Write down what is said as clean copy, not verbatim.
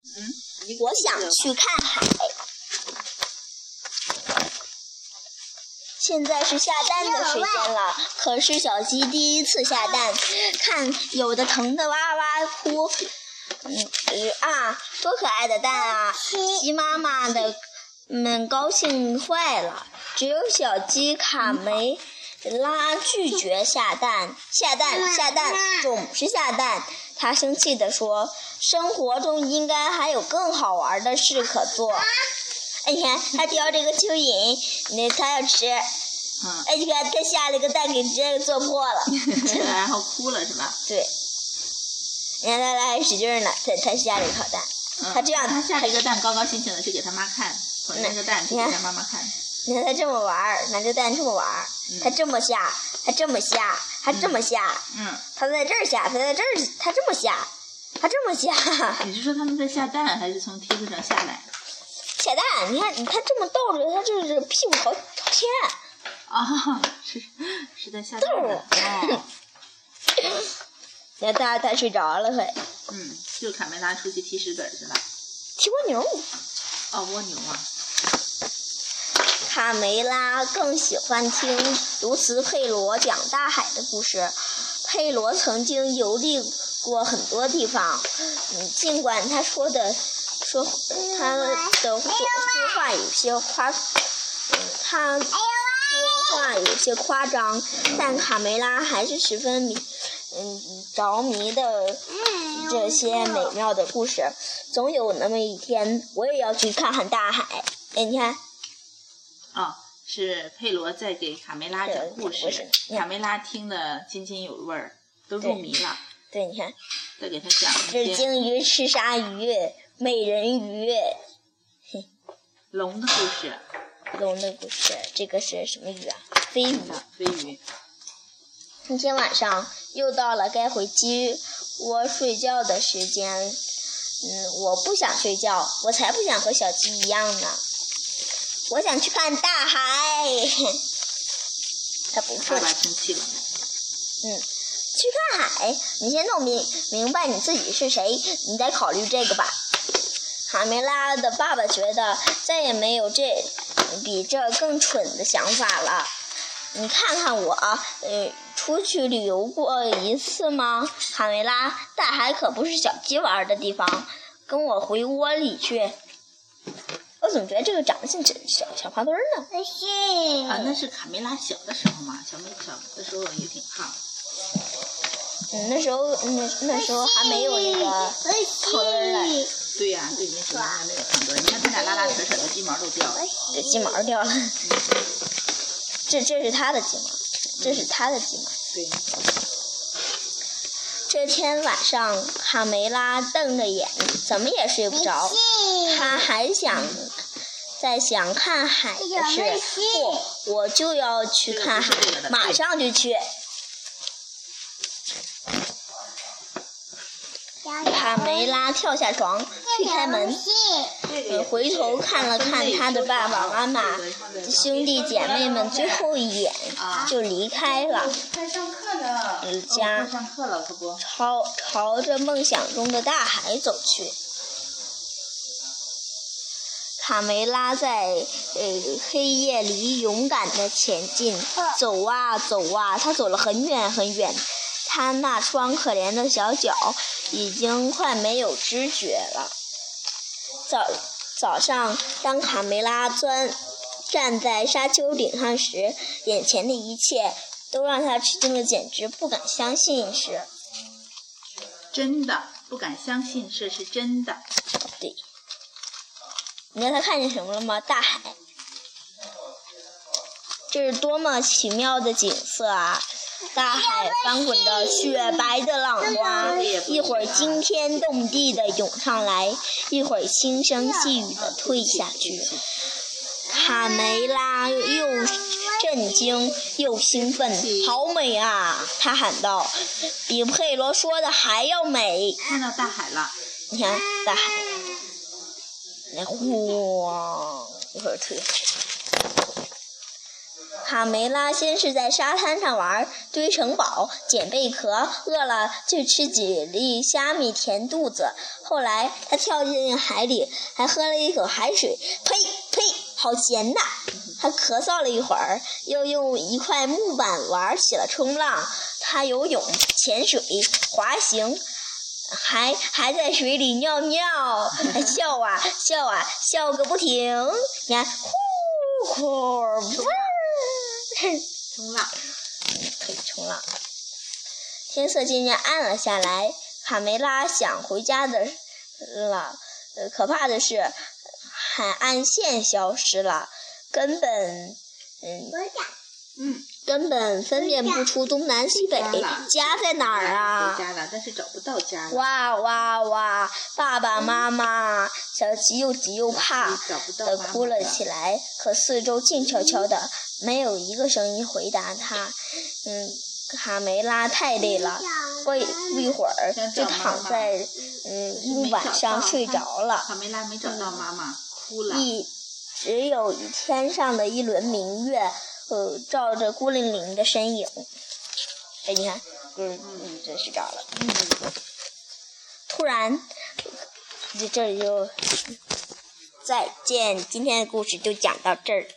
我想去看海。现在是下蛋的时间了，可是小鸡第一次下蛋，看有的疼得哇哇哭。多可爱的蛋啊！鸡妈妈们高兴坏了，只有小鸡卡梅拉拒绝下蛋，总是下蛋。他生气地说：“生活中应该还有更好玩的事可做。”你看，他叼这个蚯蚓，他要吃。你看，他下了个蛋，给这个做破了， 然后哭了是吧？ 对。你看他还使劲呢，他下了一颗蛋，他这样， 他下了一个蛋，高高兴兴的去给他妈看，捧着那个蛋去给他妈妈看。 你看他这么玩，拿着蛋这么玩，他这么下，他这么下，他这么下，他在这儿下，他在这儿，他这么下，他这么下。 你是说他们在下蛋，还是从梯子上下来？ 下蛋，你看他这么逗着，他就是屁股朝天。 是在下蛋的。 你看他睡着了快。 就卡梅拉出去踢石子是吧？ 踢蜗牛。 蜗牛啊。 卡梅拉更喜欢听卢茨佩罗讲大海的故事。佩罗曾经游历过很多地方，尽管他说话有些夸张，但卡梅拉还是十分着迷的这些美妙的故事。总有那么一天，我也要去看看大海。你看。 是佩罗在给卡梅拉讲故事，卡梅拉听得津津有味儿，都入迷了。 对，你看， 再给他讲一些。是鲸鱼吃鲨鱼，美人鱼。 龙的故事。 这个是什么鱼啊？飞鱼。 飞鱼。 今天晚上又到了该回鸡窝睡觉的时间。我不想睡觉，我才不想和小鸡一样呢。我想去看大海。他不睡。 爸爸生气了。 去看海，你先弄明白你自己是谁，你再考虑这个吧。卡梅拉的爸爸觉得再也没有比这更蠢的想法了。你看看我，出去旅游过一次吗？卡梅拉，大海可不是小鸡玩的地方，跟我回窝里去。我怎么觉得这个长得像小花墩呢？ 那是卡梅拉小的时候嘛，小的时候也挺胖。 那时候还没有那个胖墩呢。 对呀，对，那时候还没有胖墩。你看他俩拉拉扯扯的，鸡毛都掉了。 这鸡毛掉了。这是他的鸡毛，这是他的鸡毛。 对。 这天晚上，卡梅拉瞪着眼，怎么也睡不着。他还在想看海的事。我就要去看海，马上就去。卡梅拉跳下床，推开门，回头看了看他的爸爸妈妈、兄弟姐妹们最后一眼，就离开了。 快上课了。 家上课了，可不。 朝着梦想中的大海走去。卡梅拉在黑夜里勇敢地前进，走啊走啊，他走了很远很远。他那双可怜的小脚已经快没有知觉了。早上，当卡梅拉站在沙丘顶上时，眼前的一切都让他吃惊的简直不敢相信是真的，不敢相信是真的。 对，你知道他看见什么了吗？大海。这是多么奇妙的景色啊！大海翻滚着雪白的浪花，一会儿惊天动地的涌上来，一会儿轻声细语的退下去。卡梅拉又震惊又兴奋，好美啊！他喊道，比佩罗说的还要美。 看到大海了， 你看大海，那哗，一会儿退下去。 卡梅拉先是在沙滩上玩，堆城堡，捡贝壳，饿了就吃几粒虾米填肚子。后来他跳进海里，还喝了一口海水，呸呸，好咸呐！他咳嗽了一会儿，又用一块木板玩起了冲浪。他游泳、潜水、滑行，还在水里尿尿，笑啊笑啊笑个不停。你看，呼呼， 冲浪， 可以冲浪。天色渐渐暗了下来，卡梅拉想回家的了。可怕的是，海岸线消失了，根本分辨不出东南西北，家在哪儿啊？ 回家了，但是找不到家了。 哇哇哇！爸爸妈妈，小吉又急又怕地哭了起来。可四周静悄悄的，没有一个声音回答他。卡梅拉太累了，不一会儿就躺在木板上睡着了。 卡梅拉没找到妈妈，哭了。 只有天上的一轮明月，照着孤零零的身影。哎，你看，真是着了。突然，这里就再见，今天的故事就讲到这儿。